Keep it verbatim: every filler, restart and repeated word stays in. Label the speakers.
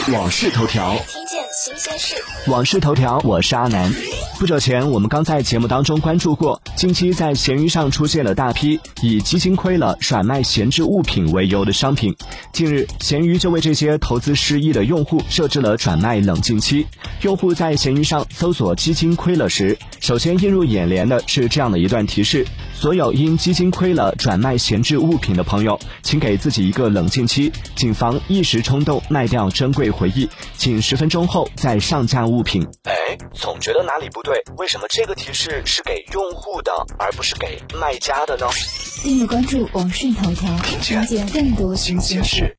Speaker 1: 网视头条，
Speaker 2: 听见新鲜事。
Speaker 1: 网视头条，我是阿南。不久前，我们刚在节目当中关注过，近期在闲鱼上出现了大批以基金亏了转卖闲置物品为由的商品。近日，闲鱼就为这些投资失意的用户设置了转卖冷静期。用户在闲鱼上搜索基金亏了时，首先映入眼帘的是这样的一段提示：所有因基金亏了转卖闲置物品的朋友，请给自己一个冷静期，谨防一时冲动卖掉珍贵回忆，请十分钟后再上架物品。哎，总觉得哪里不对，为什么这个提示是给用户的，而不是给卖家的呢？
Speaker 3: 订阅关注网讯头条，了解更多新鲜事。